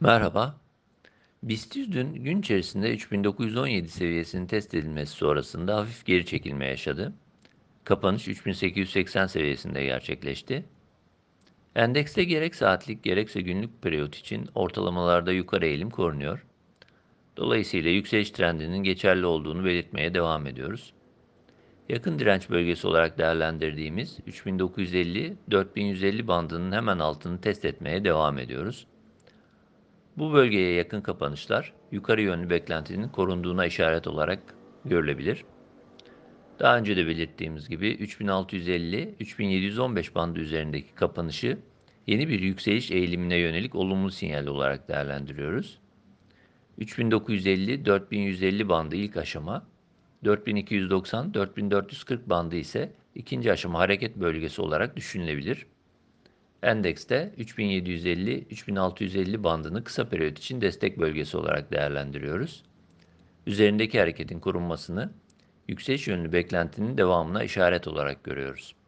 Merhaba. BIST 100 dün gün içerisinde 3917 seviyesinin test edilmesi sonrasında hafif geri çekilme yaşadı. Kapanış 3880 seviyesinde gerçekleşti. Endekste gerek saatlik gerekse günlük periyot için ortalamalarda yukarı eğilim korunuyor. Dolayısıyla yükseliş trendinin geçerli olduğunu belirtmeye devam ediyoruz. Yakın direnç bölgesi olarak değerlendirdiğimiz 3950-4150 bandının hemen altını test etmeye devam ediyoruz. Bu bölgeye yakın kapanışlar, yukarı yönlü beklentinin korunduğuna işaret olarak görülebilir. Daha önce de belirttiğimiz gibi 3650-3715 bandı üzerindeki kapanışı yeni bir yükseliş eğilimine yönelik olumlu sinyal olarak değerlendiriyoruz. 3950-4150 bandı ilk aşama, 4290-4440 bandı ise ikinci aşama hareket bölgesi olarak düşünülebilir. Endekste 3750-3650 bandını kısa periyot için destek bölgesi olarak değerlendiriyoruz. Üzerindeki hareketin korunmasını yükseliş yönlü beklentinin devamına işaret olarak görüyoruz.